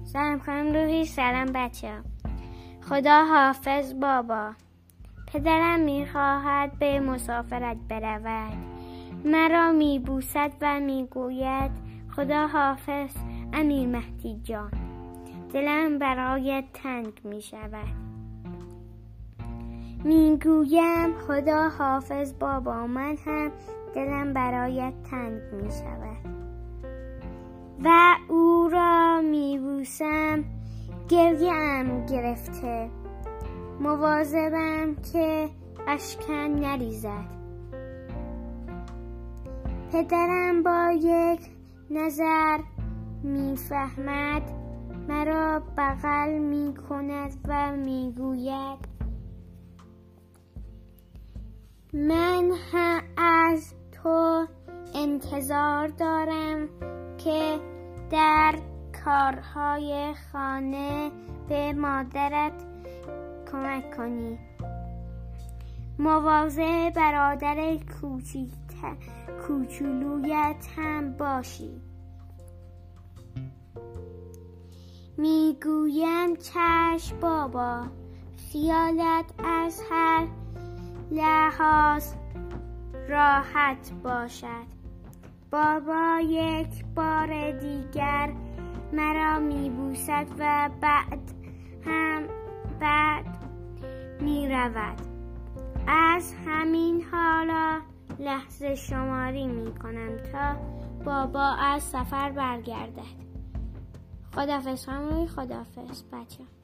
سلام خانم روحی. سلام بچه. خدا حافظ بابا. پدرم میخواهد به مسافرت برود، مرا میبوسد و میگوید خدا حافظ امیر مهدی جان. دلم برایت تنگ میشود، میگویم خدا حافظ بابا، من هم دلم برایت تنگ میشود و او را میبوسم. گریه‌ام گرفته، مواظبم که اشکم نریزد. پدرم با یک نظر میفهمد، مرا بغل میکند و میگوید من هم از تو انتظار دارم که در کارهای خانه به مادرت کمک کنی، مواظب برادر کوچولویت هم باشی. میگویم چشم بابا، خیالت از هر لحاظ راحت باشد. بابا یک بار دیگر مرا میبوسد و بعد میرود. از همین حالا لحظه شماری میکنم تا بابا از سفر برگردد. خداحافظ خانم روحی. خداحافظ بچه.